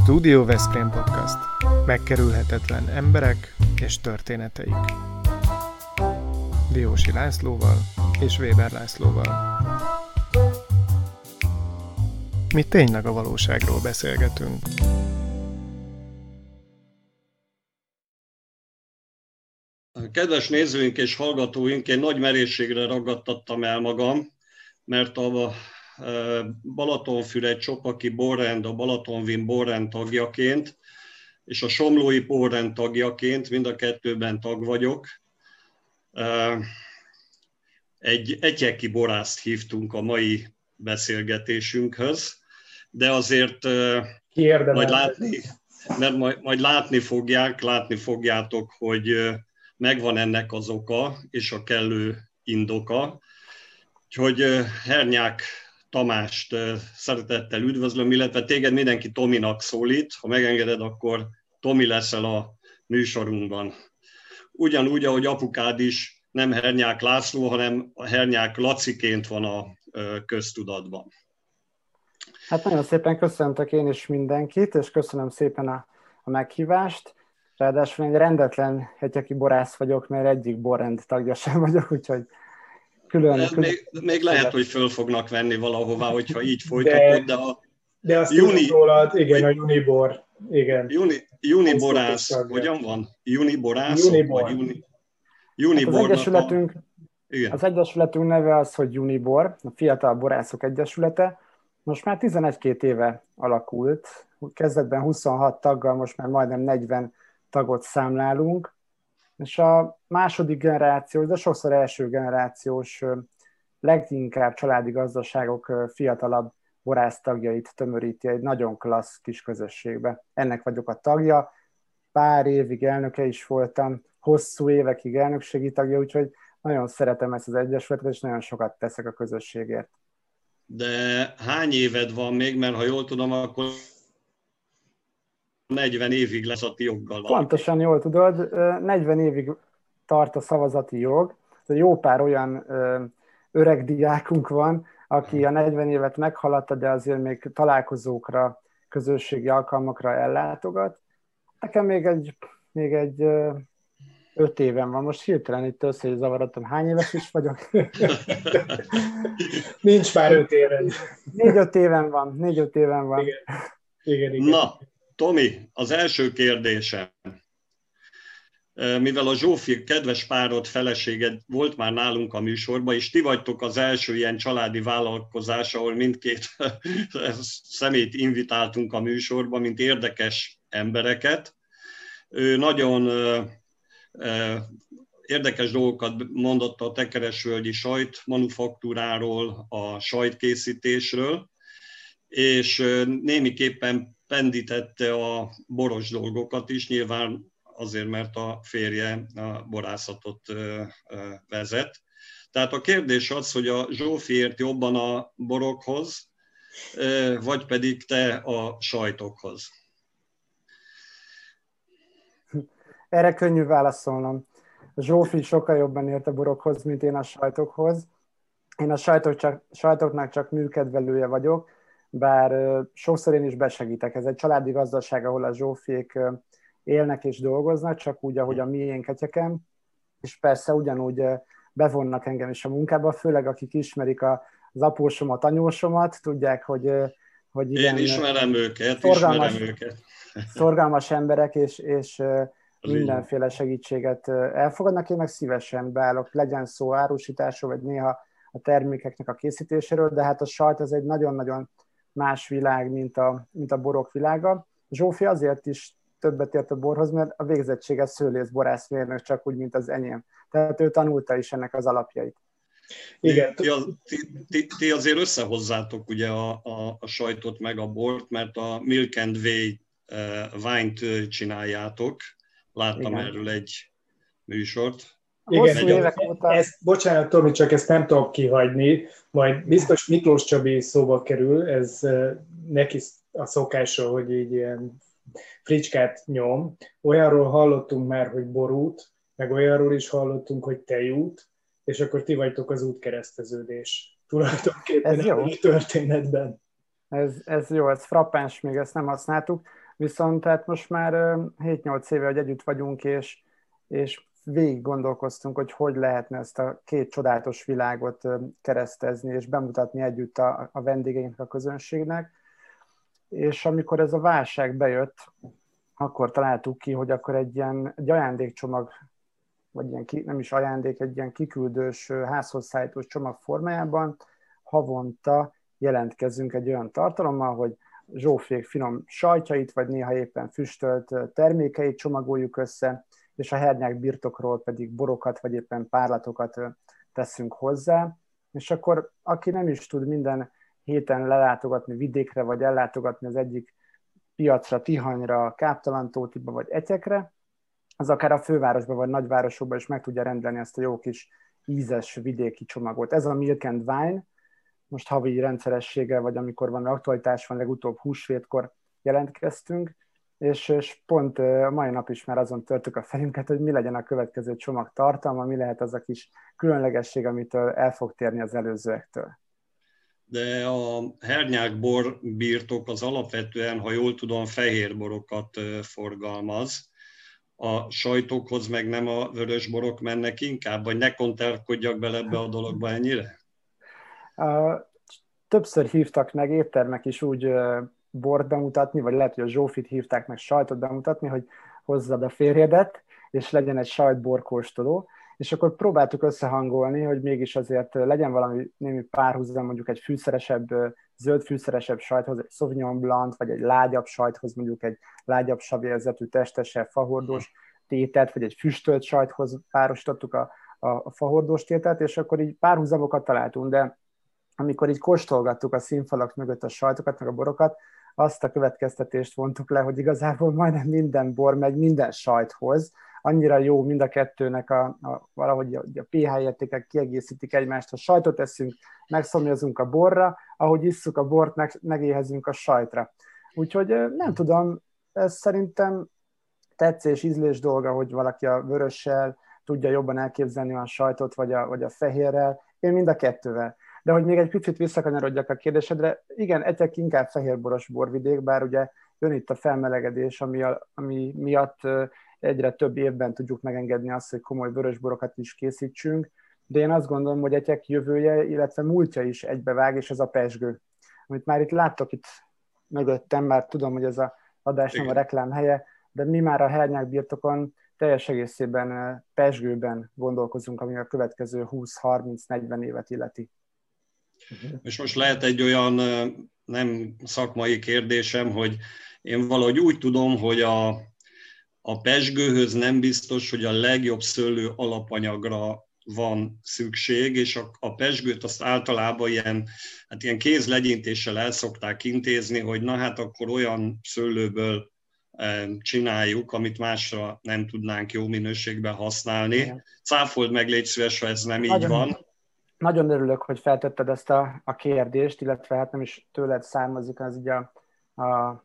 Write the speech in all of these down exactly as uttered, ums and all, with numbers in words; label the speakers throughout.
Speaker 1: Studio Veszprém Podcast. Megkerülhetetlen emberek és történeteik. Diósi Lászlóval és Weber Lászlóval. Mi tényleg a valóságról beszélgetünk.
Speaker 2: Kedves nézőink és hallgatóink, én nagy merészségre ragadtattam el magam, mert a Balatonfüred Csopaki borrend, a Balatonvin borrend tagjaként, és a Somlói borrend tagjaként, mind a kettőben tag vagyok. Egy etyeki borászt hívtunk a mai beszélgetésünkhöz, de azért majd látni, mert majd, majd látni fogják, látni fogjátok, hogy megvan ennek az oka és a kellő indoka. Úgyhogy Hernyák Tamást szeretettel üdvözlöm, illetve téged mindenki Tominak szólít. Ha megengeded, akkor Tomi leszel a műsorunkban. Ugyanúgy, ahogy apukád is nem Hernyák László, hanem Hernyák Laciként van a köztudatban.
Speaker 3: Hát nagyon szépen köszöntök én is mindenkit, és köszönöm szépen a, a meghívást. Ráadásul egy rendetlen etyeki borász vagyok, mert egyik borrend tagja sem vagyok, úgyhogy külön... külön
Speaker 2: még, még lehet, hogy föl fognak venni valahová, hogyha így folytatod, de, de a...
Speaker 4: De azt juni, rólad, igen, a Junibor, igen.
Speaker 2: Juni, Juniborász, hogyan van? Juniborászok?
Speaker 3: Junibor.
Speaker 2: Vagy Juni,
Speaker 3: Junibornak hát az, egyesületünk,
Speaker 2: a...
Speaker 3: az egyesületünk neve az, hogy Junibor, a Fiatal Borászok Egyesülete. Most már tizenegy-két éve alakult, kezdetben huszonhat taggal, most már majdnem negyven tagot számlálunk, és a második generációs, de sokszor első generációs, leginkább családi gazdaságok fiatalabb borász tagjait tömöríti egy nagyon klassz kis közösségbe. Ennek vagyok a tagja, pár évig elnöke is voltam, hosszú évekig elnökségi tagja, úgyhogy nagyon szeretem ezt az egyesületet, és nagyon sokat teszek a közösségért.
Speaker 2: De hány éved van még, mert ha jól tudom, akkor negyven évig lesz a ti joggal valaki.
Speaker 3: Pontosan jól tudod, negyven évig tart a szavazati jog. Jó pár olyan öreg diákunk van, aki a negyven évet meghaladta, de azért még találkozókra, közösségi alkalmakra ellátogat. Nekem még egy, még egy öt éven van. Most hirtelen itt össze is zavarodtam. Hány éves is vagyok?
Speaker 4: Nincs már öt éven.
Speaker 3: Négy-öt éven van. Négy-öt éven van.
Speaker 4: Igen. Igen, igen.
Speaker 2: Na, Tomi, az első kérdésem. Mivel a Zsófi kedves párod, feleséged volt már nálunk a műsorban, és ti vagytok az első ilyen családi vállalkozás, ahol mindkét személyt invitáltunk a műsorba, mint érdekes embereket. Ő nagyon érdekes dolgokat mondott a tekeresvölgyi sajt manufaktúráról, a sajtkészítésről, és némiképpen pendítette a boros dolgokat is, nyilván azért, mert a férje a borászatot vezet. Tehát a kérdés az, hogy a Zsófi ért jobban a borokhoz, vagy pedig te a sajtokhoz.
Speaker 3: Erre könnyű válaszolnom. A Zsófi sokkal jobban ért a borokhoz, mint én a sajtokhoz. Én a sajtok csak, sajtoknak csak műkedvelője vagyok, bár sokszor én is besegítek. Ez egy családi gazdaság, ahol a Zsófiék élnek és dolgoznak, csak úgy, ahogy a miénk etyeken, és persze ugyanúgy bevonnak engem is a munkába, főleg akik ismerik az apósomat, anyósomat, tudják, hogy, hogy igen,
Speaker 2: én ismerem őket,
Speaker 3: szorgalmas,
Speaker 2: ismerem őket.
Speaker 3: szorgalmas emberek, és, és mindenféle segítséget elfogadnak, én meg szívesen beállok, legyen szó árusításról, vagy néha a termékeknek a készítéséről, de hát a sajt az egy nagyon-nagyon más világ, mint a, mint a borok világa. Zsófi azért is többet ért a borhoz, mert a végzettsége szőlészborászmérnök, csak úgy, mint az enyém. Tehát ő tanulta is ennek az alapjait.
Speaker 2: Igen. Ti, ti, ti, ti azért összehozzátok ugye a, a, a sajtot meg a bort, mert a Milk and Whey wine-t csináljátok. Láttam igen. Erről egy műsort.
Speaker 4: Igen, ezt, bocsánat, Tomi, csak ezt nem tudom kihagyni, majd biztos Miklós Csabi szóba kerül, ez neki a szokása, hogy így ilyen fricskát nyom. Olyanról hallottunk már, hogy borút, meg olyanról is hallottunk, hogy tejút, és akkor ti vagytok az útkereszteződés. Tulajdonképpen
Speaker 3: ez jó.
Speaker 4: A történetben.
Speaker 3: Ez, ez jó, ez frappáns, még ezt nem használtuk. Viszont tehát most már hét-nyolc éve, hogy együtt vagyunk, és, és végig gondolkoztunk, hogy hogy lehetne ezt a két csodálatos világot keresztezni, és bemutatni együtt a, a vendégeinknek, a közönségnek. És amikor ez a válság bejött, akkor találtuk ki, hogy akkor egy ilyen egy ajándékcsomag, vagy ilyen ki, nem is ajándék, egy ilyen kiküldős, házhoz szállítós csomag formájában havonta jelentkezünk egy olyan tartalommal, hogy Zsófiék finom sajtjait, vagy néha éppen füstölt termékeit csomagoljuk össze, és a hernyák birtokról pedig borokat, vagy éppen párlatokat teszünk hozzá. És akkor aki nem is tud minden héten lelátogatni vidékre, vagy ellátogatni az egyik piacra, Tihanyra, Káptalantótiba, vagy Etyekre, az akár a fővárosban, vagy nagyvárosokban is meg tudja rendelni ezt a jó kis ízes vidéki csomagot. Ez a Milk and Wine, most havi rendszerességgel, vagy amikor van aktualitás van, legutóbb húsvétkor jelentkeztünk, és, és pont a mai nap is már azon törtük a fejünket, hogy mi legyen a következő csomag tartalma, mi lehet az a kis különlegesség, amitől el fog térni az előzőektől.
Speaker 2: De a hernyák bor birtok az alapvetően, ha jól tudom, fehér borokat forgalmaz. A sajtokhoz meg nem a vörös borok mennek inkább, vagy ne konterkodjak bele ebbe a dologba ennyire?
Speaker 3: Többször hívtak meg éttermek is úgy bort bemutatni, vagy lehet, hogy a Zsófit hívták meg sajtot bemutatni, hogy hozzad a férjedet, és legyen egy sajtborkóstoló, és akkor próbáltuk összehangolni, hogy mégis azért legyen valami némi párhuzam, mondjuk egy fűszeresebb, zöld fűszeresebb sajthoz, egy Sauvignon Blanc, vagy egy lágyabb sajthoz, mondjuk egy lágyabb savérzetű, testesebb, fahordós tételt, vagy egy füstölt sajthoz párosítottuk a, a, a fahordós tételt, és akkor így párhuzamokat találtunk, de amikor így kóstolgattuk a színfalak mögött a sajtokat, meg a borokat, azt a következtetést vontuk le, hogy igazából majdnem minden bor megy minden sajthoz, annyira jó mind a kettőnek a, a, valahogy a, a pé há értékek kiegészítik egymást. Ha sajtot eszünk, megszomjazunk a borra, ahogy isszuk a bort, meg, megéhezünk a sajtra. Úgyhogy nem tudom, ez szerintem tetszés, ízlés dolga, hogy valaki a vörössel tudja jobban elképzelni a sajtot, vagy a, vagy a fehérrel. Én mind a kettővel. De hogy még egy picit visszakanyarodjak a kérdésedre, igen, Etyek inkább fehérboros borvidék, bár ugye jön itt a felmelegedés, ami, a, ami miatt egyre több évben tudjuk megengedni azt, hogy komoly vörösborokat is készítsünk, de én azt gondolom, hogy Etyek jövője, illetve múltja is egybevág, és ez a pezsgő. Amit már itt láttok itt mögöttem, már tudom, hogy ez a adás nem a reklám helye, de mi már a hernyák birtokon teljes egészében pezsgőben gondolkozunk, ami a következő húsz-harminc-negyven évet illeti.
Speaker 2: És most lehet egy olyan nem szakmai kérdésem, hogy én valahogy úgy tudom, hogy a, a pezsgőhöz nem biztos, hogy a legjobb szőlő alapanyagra van szükség, és a, a pezsgőt azt általában ilyen, hát ilyen kézlegyintéssel el szokták intézni, hogy na hát akkor olyan szőlőből csináljuk, amit másra nem tudnánk jó minőségben használni. Cáfold meg, légy szíves, ha ez nem így
Speaker 3: nagyon,
Speaker 2: van.
Speaker 3: Nagyon örülök, hogy feltetted ezt a, a kérdést, illetve hát nem is tőled származik, az így a, a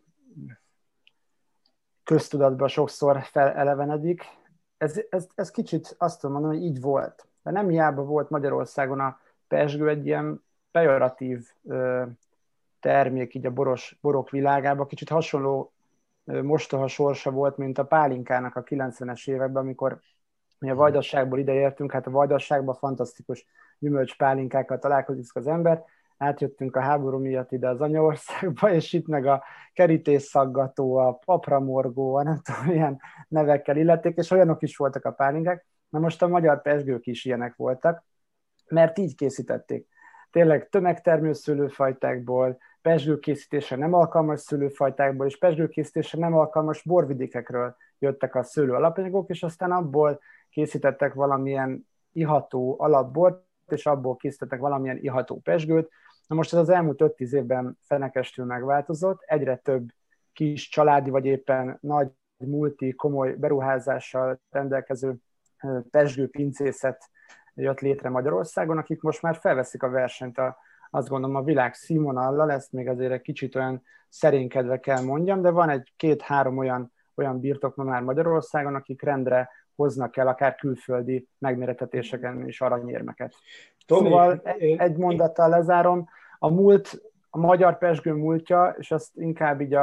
Speaker 3: köztudatban sokszor felelevenedik. Ez, ez, ez kicsit azt tudom mondani, hogy így volt. De nem hiába volt Magyarországon a pezsgő egy ilyen pejoratív ö, termék így a boros, borok világában. Kicsit hasonló ö, mostoha sorsa volt, mint a pálinkának a kilencvenes években, amikor mi a Vajdaságból ideértünk, hát a Vajdaságban fantasztikus gyümölcspálinkákkal találkozik az ember, átjöttünk a háború miatt ide az anyaországba, és itt meg a kerítésszaggató, a papramorgó, a nem tudom, milyen nevekkel illették, és olyanok is voltak a pálinkák. Na most a magyar pezsgők is ilyenek voltak, mert így készítették. Tényleg tömegtermő szőlőfajtákból, pezsgőkészítésre nem alkalmas szőlőfajtákból, és pezsgőkészítésre nem alkalmas borvidékekről jöttek a szőlő alapanyagok, és aztán abból készítettek valamilyen iható alapbort, és abból készítettek valamilyen iható pezsgőt. Na most ez az elmúlt öt-tíz évben fenekestül megváltozott, egyre több kis családi, vagy éppen nagy, multi, komoly beruházással rendelkező pezsgőpincészet jött létre Magyarországon, akik most már felveszik a versenyt a, azt gondolom a világ színvonallal, ezt még azért egy kicsit olyan szerénykedve kell mondjam, de van egy két-három olyan, olyan birtok ma már Magyarországon, akik rendre hoznak el akár külföldi megmérettetéseken is aranyérmeket. Tomi, szóval én... egy mondattal lezárom, a múlt, a magyar pezsgő múltja, és azt inkább így a,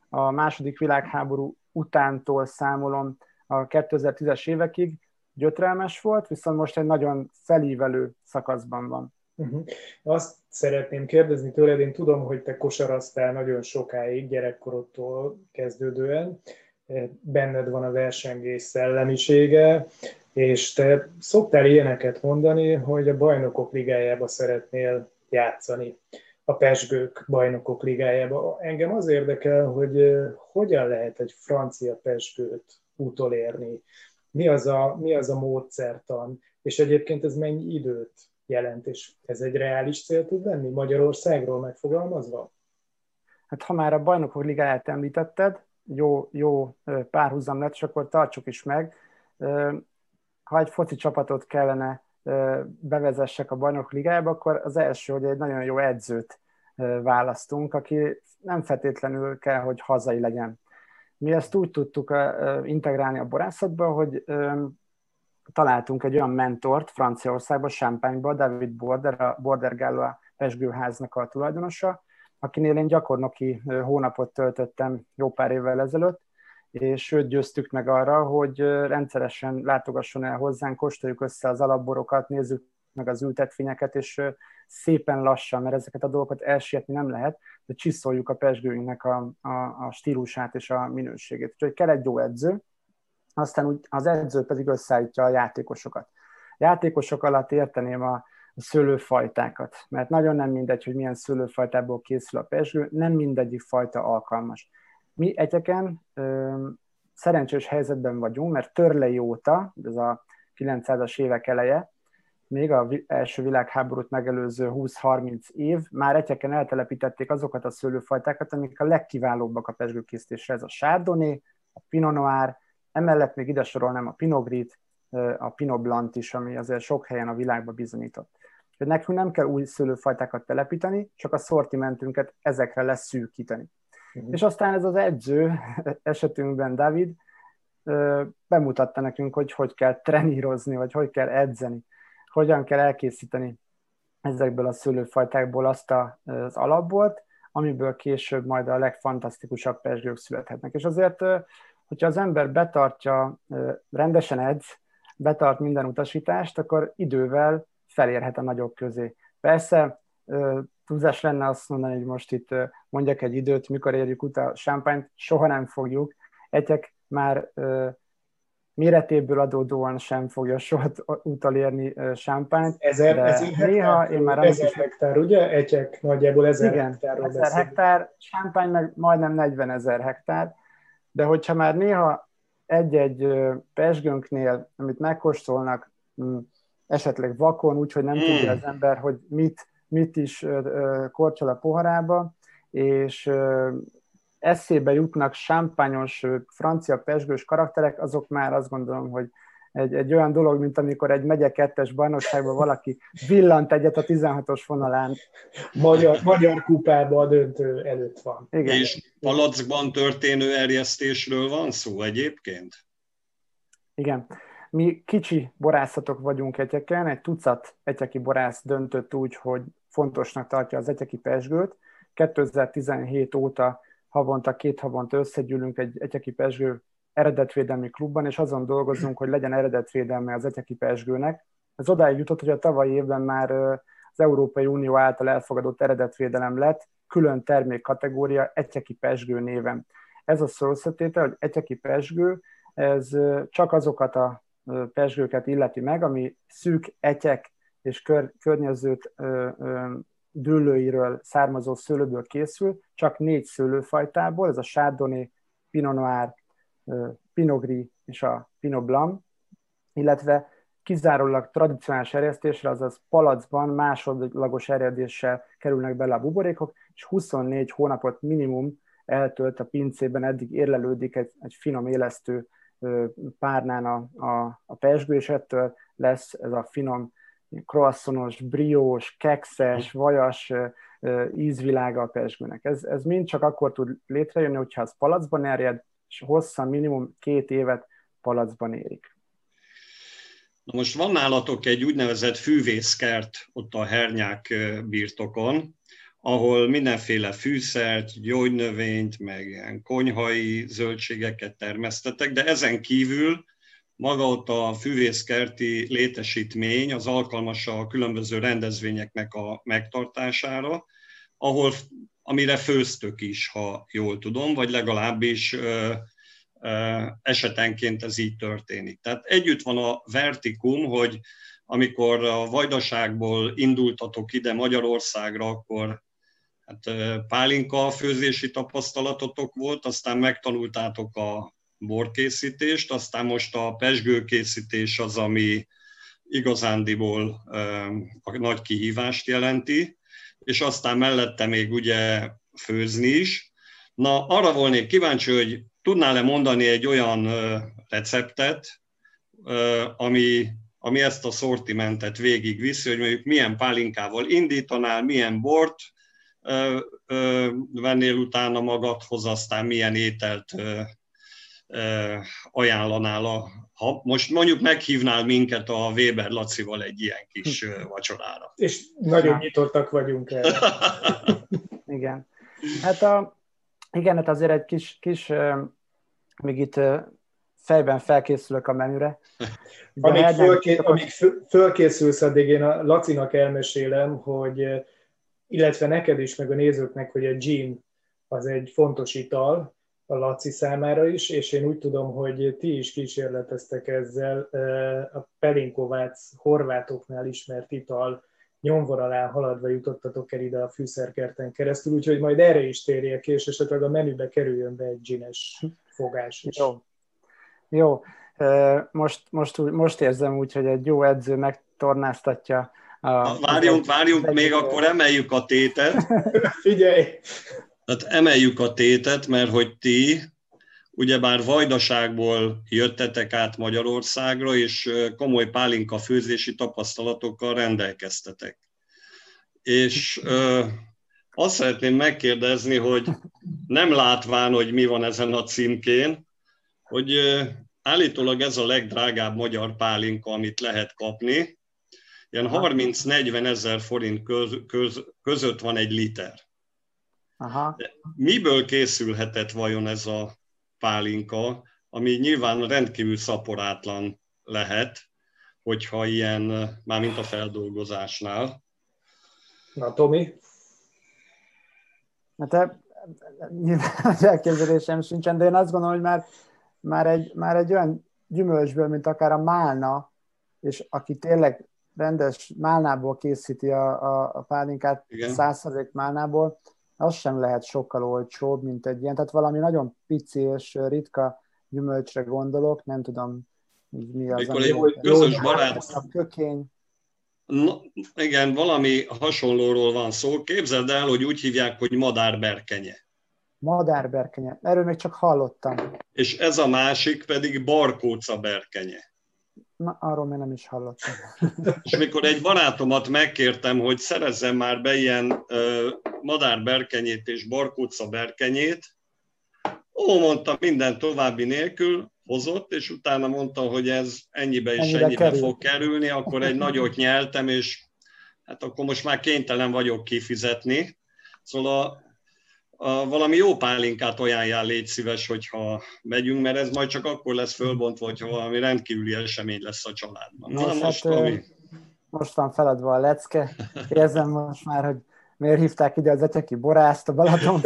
Speaker 3: a második világháború utántól számolom a kétezer-tízes évekig gyötrelmes volt, viszont most egy nagyon felívelő szakaszban van.
Speaker 4: Uh-huh. Azt szeretném kérdezni tőled, én tudom, hogy te kosaraztál nagyon sokáig, gyerekkorodtól kezdődően, benned van a versengés szellemisége, és te szoktál ilyeneket mondani, hogy a Bajnokok Ligájába szeretnél játszani, a Pezsgők Bajnokok Ligájába. Engem az érdekel, hogy hogyan lehet egy francia Pezsgőt utolérni, mi az a, mi az a módszertan, és egyébként ez mennyi időt jelent, és ez egy reális cél tud lenni Magyarországról megfogalmazva?
Speaker 3: Hát ha már a Bajnokok Ligáját említetted, jó, jó párhuzam lett, és akkor tartsuk is meg. Ha egy foci csapatot kellene bevezessek a Bajnokok Ligájába, akkor az első, hogy egy nagyon jó edzőt választunk, aki nem feltétlenül kell, hogy hazai legyen. Mi ezt úgy tudtuk integrálni a borászatba, hogy találtunk egy olyan mentort Franciaországban, Champagne-ban, David Border, a Border Galois pezsgőháznak a tulajdonosa, akinél én gyakornoki hónapot töltöttem jó pár évvel ezelőtt, és őt győztük meg arra, hogy rendszeresen látogasson el hozzánk, kóstoljuk össze az alapborokat, nézzük meg az ültetvényeket, és szépen lassan, mert ezeket a dolgokat elsietni nem lehet, de csiszoljuk a pezsgőinknek a, a, a stílusát és a minőségét. Úgyhogy kell egy jó edző, aztán úgy, az edző pedig összeállítja a játékosokat. Játékosok alatt érteném a szőlőfajtákat, mert nagyon nem mindegy, hogy milyen szőlőfajtából készül a pezsgő, nem mindegyik fajta alkalmas. Mi egyeken ö, szerencsés helyzetben vagyunk, mert Törlei óta, ez a kilencszázas évek eleje, még az első világháborút megelőző húsz-harminc év, már egyeken eltelepítették azokat a szőlőfajtákat, amik a legkiválóbbak a pezsgőkészítésre. Ez a Chardonnay, a Pinot Noir, emellett még ide sorolnám a Pinot Gris, a Pinot Blanc is, ami azért sok helyen a világban bizonyított. Hogy nekünk nem kell új szőlőfajtákat telepíteni, csak a szortimentünket ezekre leszűkíteni. Uh-huh. És aztán ez az edző, esetünkben David, bemutatta nekünk, hogy hogy kell trenírozni, vagy hogy kell edzeni, hogyan kell elkészíteni ezekből a szőlőfajtákból azt az alapbort, amiből később majd a legfantasztikusabb pezsgők születhetnek. És azért, hogyha az ember betartja, rendesen edz, betart minden utasítást, akkor idővel felérhet a nagyok közé. Persze, túlzás lenne azt mondani, hogy most itt mondjak egy időt, mikor érjük ut a Champagne-t, soha nem fogjuk. Egyek már méretéből adódóan sem fogja soha utolérni Champagne-t.
Speaker 4: Ezer, ezer
Speaker 3: néha
Speaker 4: hektár,
Speaker 3: én már
Speaker 4: ezer hektár, ugye? Egyek nagyjából ezer
Speaker 3: igen,
Speaker 4: hektárról
Speaker 3: ezer
Speaker 4: beszélünk.
Speaker 3: hektár, Champagne meg majdnem negyvenezer hektár, de hogyha már néha egy-egy pezsgőnknél, amit megkóstolnak, esetleg vakon, úgyhogy nem mm. tudja az ember, hogy mit, mit is kortyol a poharába, és eszébe jutnak champagne-os francia pezsgős karakterek, azok már azt gondolom, hogy egy, egy olyan dolog, mint amikor egy megye kettes bajnokságban valaki villant egyet a tizenhatos vonalán.
Speaker 4: Magyar, magyar kupában a döntő előtt van.
Speaker 2: Igen. És palackban történő erjesztésről van szó egyébként?
Speaker 3: Igen. Mi kicsi borászatok vagyunk Egyeken, egy tucat egyeki borász döntött úgy, hogy fontosnak tartja az egyeki pezsgőt. kétezer-tizenhét óta havonta, két havonta összegyűlünk egy egyeki pezsgő eredetvédelmi klubban, és azon dolgozunk, hogy legyen eredetvédelme az egyeki pezsgőnek. Ez odáig jutott, hogy a tavalyi évben már az Európai Unió által elfogadott eredetvédelem lett, külön termékkategória egyeki pezsgő néven. Ez a szó összetétel, hogy egyeki pezsgő, ez csak azokat a pezsgőket illeti meg, ami szűk egyek és kör, környezőt ö, ö, dűlőiről származó szőlőből készül, csak négy szőlőfajtából, ez a Chardonnay, Pinot Noir, Pinot Gris és a Pinot Blanc, illetve kizárólag tradicionális erjesztésre, azaz palacban másodlagos erjedéssel kerülnek bele a buborékok, és huszonnégy hónapot minimum eltölt a pincében, eddig érlelődik egy, egy finom élesztő párnán a, a, a pezsgő, és ettől lesz ez a finom croissantos, briós, kekszes, vajas ízvilága a pezsgőnek. Ez, ez mind csak akkor tud létrejönni, hogyha az palacban erjed, és hosszan minimum két évet palacban érik.
Speaker 2: Na most van nálatok egy úgynevezett fűvészkert ott a Hernyák birtokon, ahol mindenféle fűszert, gyógynövényt, meg ilyen konyhai zöldségeket termesztettek, de ezen kívül maga ott a füvészkerti létesítmény az alkalmas a különböző rendezvényeknek a megtartására, ahol, amire főztök is, ha jól tudom, vagy legalábbis ö, ö, esetenként ez így történik. Tehát együtt van a vertikum, hogy amikor a Vajdaságból indultatok ide Magyarországra, akkor hát pálinka főzési tapasztalatotok volt, aztán megtanultátok a borkészítést, aztán most a pezsgőkészítés az, ami igazándiból a nagy kihívást jelenti, és aztán mellette még ugye főzni is. Na, arra volnék kíváncsi, hogy tudnál-e mondani egy olyan receptet, ami, ami ezt a szortimentet végigviszi, hogy mondjuk milyen pálinkával indítanál, milyen bort vennél utána magadhoz, aztán milyen ételt ajánlanál, a, ha most mondjuk meghívnál minket a Weber Lacival egy ilyen kis vacsorára.
Speaker 4: És nagyon Na. nyitottak vagyunk erre.
Speaker 3: Igen. Hát, a, igen, hát azért egy kis, kis még itt fejben felkészülök a menüre.
Speaker 4: Amíg, fölké, amíg fölkészülsz, addig én a Lacinak elmesélem, hogy illetve neked is, meg a nézőknek, hogy a gin az egy fontos ital a Laci számára is, és én úgy tudom, hogy ti is kísérleteztek ezzel a Pelinkovác horvátoknál ismert ital nyomvor alá haladva jutottatok el ide a fűszerkerten keresztül, úgyhogy majd erre is térjek ki, és esetleg a menübe kerüljön be egy gines fogás is.
Speaker 3: Jó. Jó. Most, most, most érzem úgy, hogy egy jó edző megtornáztatja.
Speaker 2: A, várjunk, várjunk, még akkor emeljük a tétet.
Speaker 4: Figyelj!
Speaker 2: Tehát emeljük a tétet, mert hogy ti ugyebár Vajdaságból jöttetek át Magyarországra, és komoly pálinka főzési tapasztalatokkal rendelkeztetek. És ö, azt szeretném megkérdezni, hogy nem látván, hogy mi van ezen a címkén, hogy ö, állítólag ez a legdrágább magyar pálinka, amit lehet kapni, ilyen harminc-negyven ezer forint köz, köz, között van egy liter.
Speaker 3: Aha.
Speaker 2: Miből készülhetett vajon ez a pálinka, ami nyilván rendkívül szaporátlan lehet, hogyha ilyen, mármint a feldolgozásnál.
Speaker 4: Na, Tomi?
Speaker 3: Hát nyilván az elképzelésem sincsen, de én azt gondolom, hogy már, már, egy, már egy olyan gyümölcsből, mint akár a málna, és aki tényleg rendes málnából készíti a, a, a pálinkát, száz százalék málnából, az sem lehet sokkal olcsóbb, mint egy ilyen. Tehát valami nagyon pici és ritka gyümölcsre gondolok, nem tudom, mi az.
Speaker 2: Mikor egy közös barát...
Speaker 3: A kökény.
Speaker 2: Na, igen, valami hasonlóról van szó. Képzeld el, hogy úgy hívják, hogy madárberkenye.
Speaker 3: Madárberkenye. Erről még csak hallottam.
Speaker 2: És ez a másik pedig barkóca berkenye.
Speaker 3: Na, arról még nem is hallottam.
Speaker 2: És mikor egy barátomat megkértem, hogy szerezzen már be ilyen ö, madárberkenyét és barkóca berkenyét, ó, mondta, minden további nélkül, hozott, és utána mondta, hogy ez ennyibe és ennyibe, ennyibe fog kerülni, akkor egy nagyot nyeltem, és hát akkor most már kénytelen vagyok kifizetni. Szóval a, a, valami jó pálinkát ajánljál, légy szíves, hogyha megyünk, mert ez majd csak akkor lesz fölbontva, hogyha valami rendkívüli esemény lesz a családban. Na,
Speaker 3: most,
Speaker 2: most,
Speaker 3: hát, most van feladva a lecke. Érzem most már, hogy miért hívták ide az etyeki borászt a Balaton,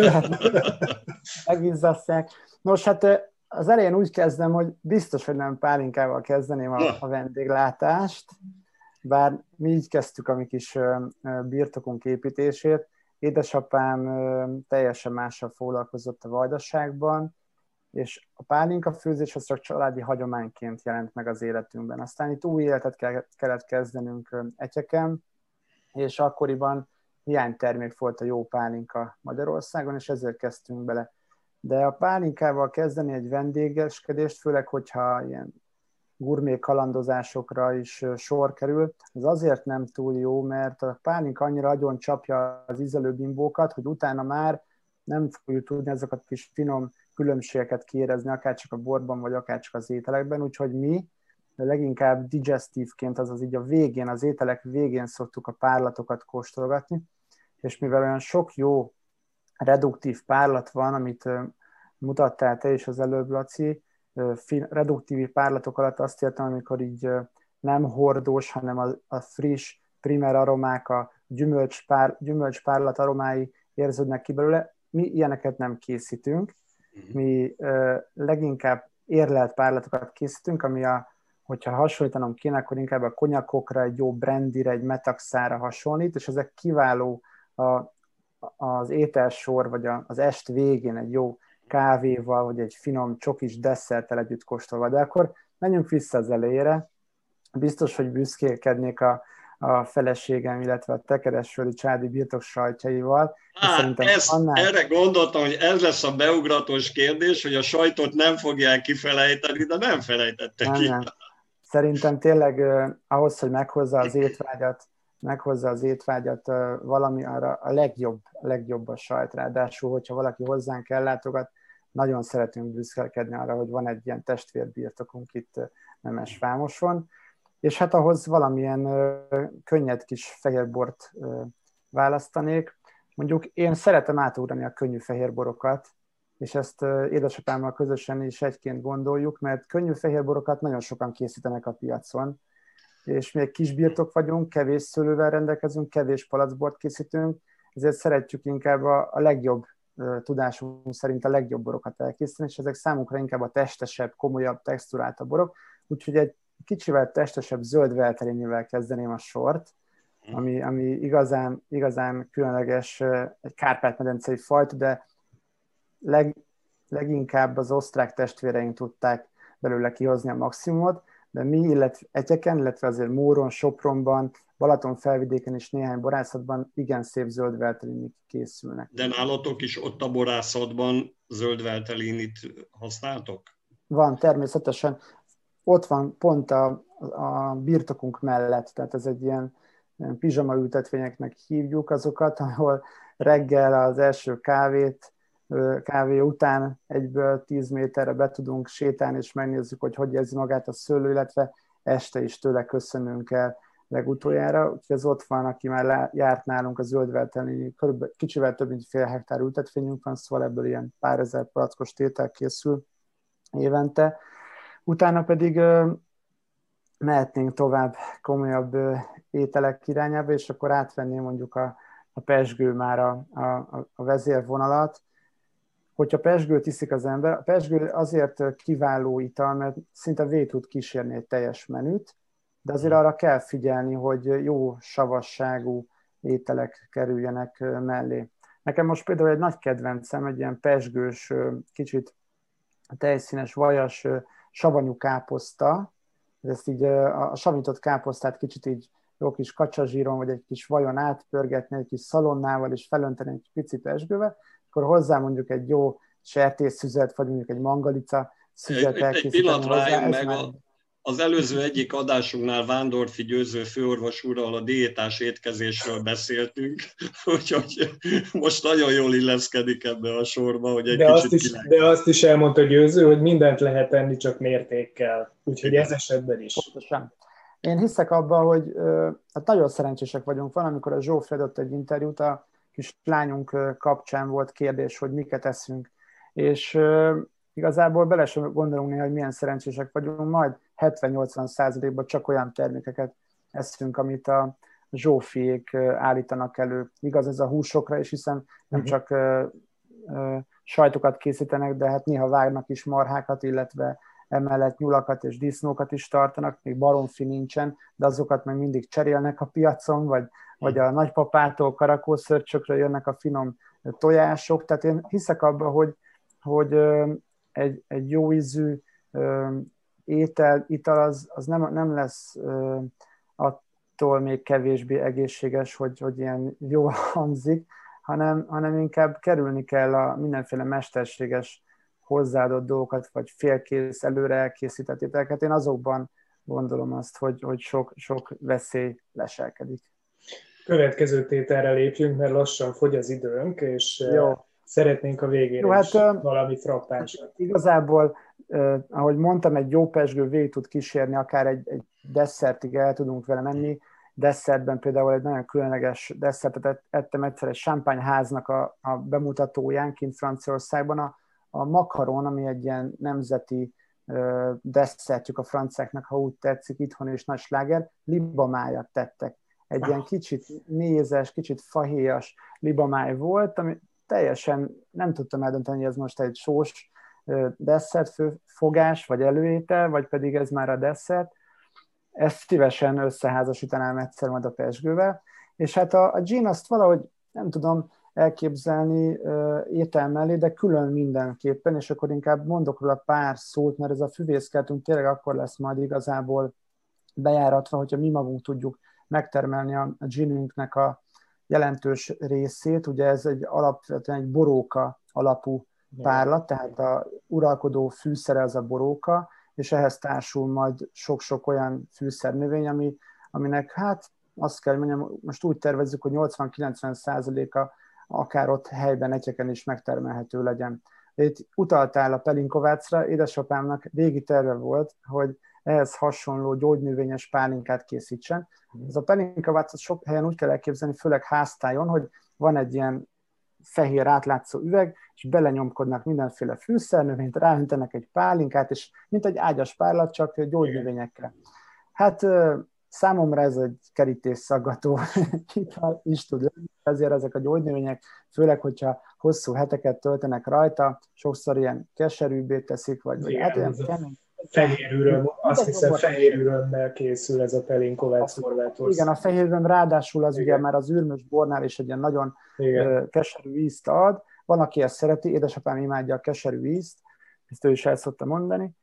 Speaker 3: megizzasztják. Nos, hát az elején úgy kezdem, hogy biztos, hogy nem pálinkával kezdeném a, a vendéglátást, bár mi így kezdtük a mi kis birtokunk építését. Édesapám teljesen mással foglalkozott a Vajdaságban, és a pálinka főzés az csak családi hagyományként jelent meg az életünkben. Aztán itt új életet kellett kezdenünk Etyeken, és akkoriban hiánytermék volt a jó pálinka Magyarországon, és ezért kezdtünk bele. De a pálinkával kezdeni egy vendégeskedést, főleg, hogyha ilyen gurmé kalandozásokra is sor kerül, ez azért nem túl jó, mert a pálinka annyira agyon csapja az ízelőbimbókat, hogy utána már nem fogjuk tudni ezeket a kis finom különbségeket kiérezni, akár csak a borban, vagy akár csak az ételekben, úgyhogy mi leginkább digestívként, azaz így a végén, az ételek végén szoktuk a párlatokat kóstolgatni, és mivel olyan sok jó reduktív párlat van, amit mutattál te is az előbb, Laci, reduktív párlatok alatt azt értem, amikor így nem hordós, hanem a, a friss, primer aromák, a gyümölcspár, gyümölcspárlat aromái érződnek ki belőle. Mi ilyeneket nem készítünk, mi uh, leginkább érlelt párlatokat készítünk, ami a, hogyha hasonlítanom kéne, akkor inkább a konyakokra, egy jó brandyre, egy metaxára hasonlít, és ezek kiváló a, az ételsor, vagy a, az est végén egy jó kávéval, vagy egy finom csokis desszerttel együtt kóstolva. De akkor menjünk vissza az elejére. Biztos, hogy büszkélkednék a, a feleségem, illetve a tekeresföldi családi birtok sajtjaival.
Speaker 2: Á, ezt, annál... Erre gondoltam, hogy ez lesz a beugratos kérdés, hogy a sajtot nem fogják kifelejteni, de nem felejtette nem, ki. Nem.
Speaker 3: Szerintem tényleg uh, ahhoz, hogy meghozza az étvágyat, meghozza az étvágyat uh, valami arra a legjobb, a legjobb a sajt. Ráadásul, hogyha valaki hozzánk ellátogat, nagyon szeretünk büszkelkedni arra, hogy van egy ilyen testvérbirtokunk itt uh, Nemesvámoson, és hát ahhoz valamilyen uh, könnyed kis fehérbort uh, választanék. Mondjuk én szeretem átugrani a könnyű fehérborokat, és ezt uh, édesapámmal közösen is egyként gondoljuk, mert könnyű fehérborokat nagyon sokan készítenek a piacon, és mi egy kis birtok vagyunk, kevés szőlővel rendelkezünk, kevés palacbort készítünk, ezért szeretjük inkább a, a legjobb uh, tudásunk szerint a legjobb borokat elkészíteni, és ezek számunkra inkább a testesebb, komolyabb, texturáltabb borok, úgyhogy egy kicsivel testesebb zöld velterényével kezdeném a sort, ami, ami igazán, igazán különleges, egy Kárpát-medencei fajta, de leg, leginkább az osztrák testvéreink tudták belőle kihozni a maximumot, de mi, illetve Etyeken, illetve azért Móron, Sopronban, Balaton felvidéken és néhány borászatban igen szép zöld velterények készülnek.
Speaker 2: De nálatok is ott a borászatban zöld velterényit használtok?
Speaker 3: Van, természetesen. Ott van pont a, a birtokunk mellett, tehát ez egy ilyen, ilyen pizsama ültetvényeknek hívjuk azokat, ahol reggel az első kávét, kávé után egyből tíz méterre be tudunk sétálni, és megnézzük, hogy hogy érzi magát a szőlő, illetve este is tőle köszönünk el legutoljára. Úgyhogy ez ott van, aki már járt nálunk a zöld velterényi, körülbelül kicsivel több mint fél hektár ültetvényünk van, szóval ebből ilyen pár ezer palackos tétel készül évente. Utána pedig uh, mehetnénk tovább komolyabb uh, ételek irányába, és akkor átvenném mondjuk a, a pezsgő már a, a, a vezérvonalat. Hogyha pezsgőt iszik az ember, a pezsgő azért kiváló ital, mert szinte végig tud kísérni egy teljes menüt, de azért arra kell figyelni, hogy jó savasságú ételek kerüljenek mellé. Nekem most például egy nagy kedvencem, egy ilyen pezsgős, kicsit tejszínes, vajas, savanyú káposzta. Ezt így a savanyított káposztát kicsit így jó kis kacsazsíron, vagy egy kis vajon átpörgetni, egy kis szalonnával, és felönteni egy pici pezsgővel, akkor hozzá mondjuk egy jó sertésszüzet, vagy mondjuk egy mangalica szüzet elkészíteni.
Speaker 2: Egy pillanat meg már... a, az előző egyik adásunknál Vándorfi Győző főorvos úrral a diétás étkezésről beszéltünk, úgyhogy most nagyon jól illeszkedik ebbe a sorba, hogy egy
Speaker 4: de
Speaker 2: kicsit
Speaker 4: azt is,
Speaker 2: kinek...
Speaker 4: De azt is elmondta Győző, hogy mindent lehet enni, csak mértékkel. Úgyhogy ez esetben is.
Speaker 3: Pontosan. Én hiszek abban, hogy hát nagyon szerencsések vagyunk. Van, amikor a Zsófri adott egy interjút, a kis lányunk kapcsán volt kérdés, hogy miket eszünk. És uh, igazából bele sem gondolunk néha, hogy milyen szerencsések vagyunk, majd hetven-nyolcvan százalékban csak olyan termékeket eszünk, amit a Zsófiék állítanak elő. Igaz ez a húsokra is, hiszen nem csak uh, uh, sajtokat készítenek, de hát néha vágnak is marhákat, illetve emellett nyulakat és disznókat is tartanak, még baromfi nincsen, de azokat meg mindig cserélnek a piacon, vagy, vagy a nagypapától karakószörcsökről jönnek a finom tojások. Tehát én hiszek abban, hogy, hogy egy, egy jó ízű étel, ital az, az nem, nem lesz attól még kevésbé egészséges, hogy, hogy ilyen jól hangzik, hanem, hanem inkább kerülni kell a mindenféle mesterséges hozzáadott dolgokat, vagy félkész, előre elkészített ételeket. Én azokban gondolom azt, hogy, hogy sok, sok veszély leselkedik. Következő
Speaker 4: tételre lépjünk, mert lassan fogy az időnk, és Jó. szeretnénk a végére Jó, hát, is valami frappánsat.
Speaker 3: Igazából, eh, ahogy mondtam, egy jó pezsgő végig tud kísérni, akár egy, egy desszertig el tudunk vele menni. desszertben például egy nagyon különleges desszertet ettem egyszer egy champagne-háznak a, a bemutatóján kint Franciaországban, a, a makaron, ami egy ilyen nemzeti uh, desszertjük a franciáknak, ha úgy tetszik, itthon is nagy sláger, libamájat tettek. Egy ilyen kicsit mézes, kicsit fahéjas libamáj volt, ami teljesen nem tudtam eldönteni, hogy ez most egy sós desszert, fogás, vagy előétel, vagy pedig ez már a desszert. Ezt szívesen összeházasítanám egyszer majd a pezsgővel. És hát a, a gin azt valahogy nem tudom elképzelni uh, étel mellé, de külön mindenképpen, és akkor inkább mondok róla pár szót, mert ez a füvészkertünk tényleg akkor lesz majd igazából bejáratva, hogyha mi magunk tudjuk megtermelni a, a ginünknek a jelentős részét. Ugye ez egy alapvetően egy boróka alapú párlat, tehát a uralkodó fűszere az a boróka, és ehhez társul majd sok-sok olyan fűszernövény, ami, aminek hát azt kell mondjam, most úgy tervezzük, hogy nyolcvan-kilencven százaléka akár ott helyben, egyeken is megtermelhető legyen. Itt utaltál a pelinkovácra, édesapámnak régi terve volt, hogy ehhez hasonló gyógynövényes pálinkát készítsen. Ez a pelinkovácot sok helyen úgy kell elképzelni, főleg háztájon, hogy van egy ilyen fehér átlátszó üveg, és belenyomkodnak mindenféle fűszernövényt, ráöntenek egy pálinkát, és mint egy ágyas párlat, csak gyógynövényekkel. Hát számomra ez egy kerítésszaggató is tud lenni, ezért ezek a gyógynövények, főleg, hogyha hosszú heteket töltenek rajta, sokszor ilyen keserűbbé teszik, vagy, vagy hát ilyen kemény.
Speaker 4: Fehérüröm, azt hiszem fehérürömmel készül ez a pelinkovács Horvátország.
Speaker 3: Igen, a fehérüröm ráadásul az igen. Ugye már az ürmös bornál is egy ilyen nagyon igen. keserű ízt ad. Van, aki ezt szereti, édesapám imádja a keserű ízt, ezt ő is el szokta mondani.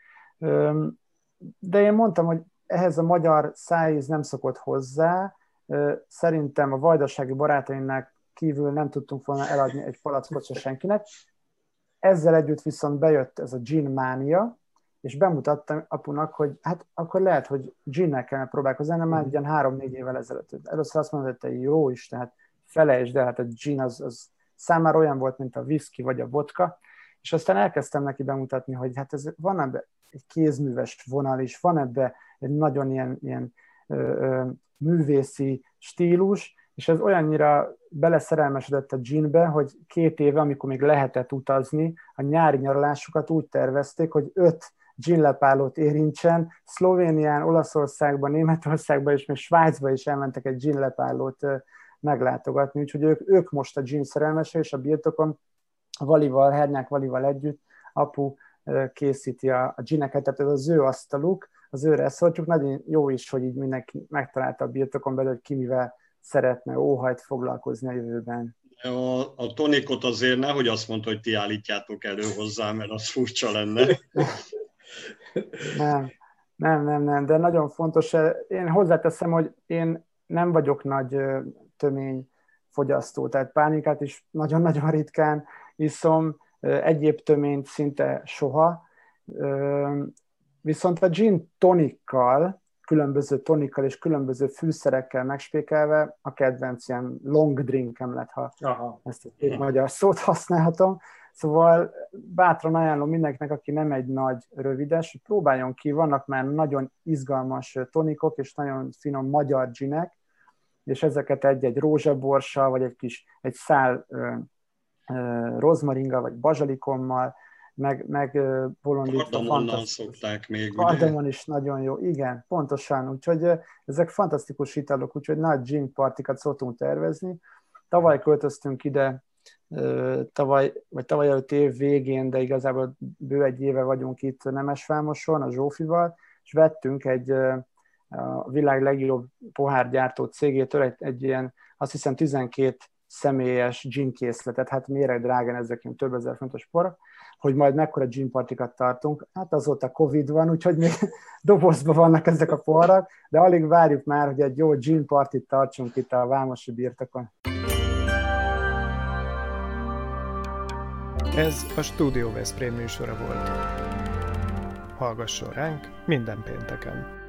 Speaker 3: De én mondtam, hogy ehhez a magyar szájíz nem szokott hozzá. Szerintem a vajdasági barátainknak kívül nem tudtunk volna eladni egy palackot se senkinek. Ezzel együtt viszont bejött ez a gin mánia, és bemutattam apunak, hogy hát akkor lehet, hogy ginnel kellene próbálkozni, nem már ilyen három-négy évvel ezelőtt. Először azt mondta, hogy te jó is, tehát felejtsd el, hát a gin az, az számára olyan volt, mint a whisky vagy a vodka, és aztán elkezdtem neki bemutatni, hogy hát ez, van ebbe egy kézműves vonal is, van ebbe egy nagyon ilyen, ilyen ö, ö, művészi stílus, és ez olyannyira beleszerelmesedett a ginbe, hogy két éve, amikor még lehetett utazni, a nyári nyaralásukat úgy tervezték, hogy öt ginlepálót érintsen. Szlovénián, Olaszországban, Németországban és még Svájcban is elmentek egy ginlepálót meglátogatni, úgyhogy ők, ők most a gin szerelmese, és a birtokon Valival, Hernyák Valival együtt apu készíti a, a gineket, tehát ez az ő asztaluk, az ő reszortjuk. Nagyon jó is, hogy így mindenki megtalálta a birtokon belül, hogy ki mivel szeretne óhajt foglalkozni a jövőben.
Speaker 2: A, a tonikot azért nehogy azt mondta, hogy ti állítjátok elő hozzá, mert az furcsa lenne.
Speaker 3: Nem, nem, nem, nem, de nagyon fontos. Én hozzáteszem, hogy én nem vagyok nagy tömény fogyasztó, tehát pálinkát is nagyon-nagyon ritkán iszom, egyéb töményt szinte soha. Viszont a gin tonikkal, különböző tonikkal és különböző fűszerekkel megspékelve a kedvenc ilyen long drinkem lett, ha Aha. ezt a két magyar szót használhatom. Szóval bátran ajánlom mindenkinek, aki nem egy nagy rövides, hogy próbáljon ki, vannak már nagyon izgalmas tonikok és nagyon finom magyar ginek, és ezeket egy-egy rózsaborssal, vagy egy kis egy szál ö, ö, rozmaringgal, vagy bazsalikommal, meg, meg bolondítva.
Speaker 2: Kardamonnal szokták még.
Speaker 3: Kardamon is nagyon jó, igen, pontosan. Úgyhogy ezek fantasztikus italok, úgyhogy nagy gin partikat szoktunk tervezni. Tavaly költöztünk ide, tavaly, vagy tavaly előtt év végén, de igazából bő egy éve vagyunk itt Nemesvámoson, a Zsófival, és vettünk egy a világ legjobb pohárgyártó cégétől egy, egy ilyen, azt hiszem tizenkét személyes gin készletet, hát méreg drágán ezek ilyen több ezer fontos porak, hogy majd mekkora gin partikat tartunk. Hát azóta Covid van, úgyhogy még dobozban vannak ezek a poharak, de alig várjuk már, hogy egy jó gin partit tartsunk itt a vámosi birtokon.
Speaker 1: Ez a Studio Veszprém műsora volt. Hallgasson ránk minden pénteken!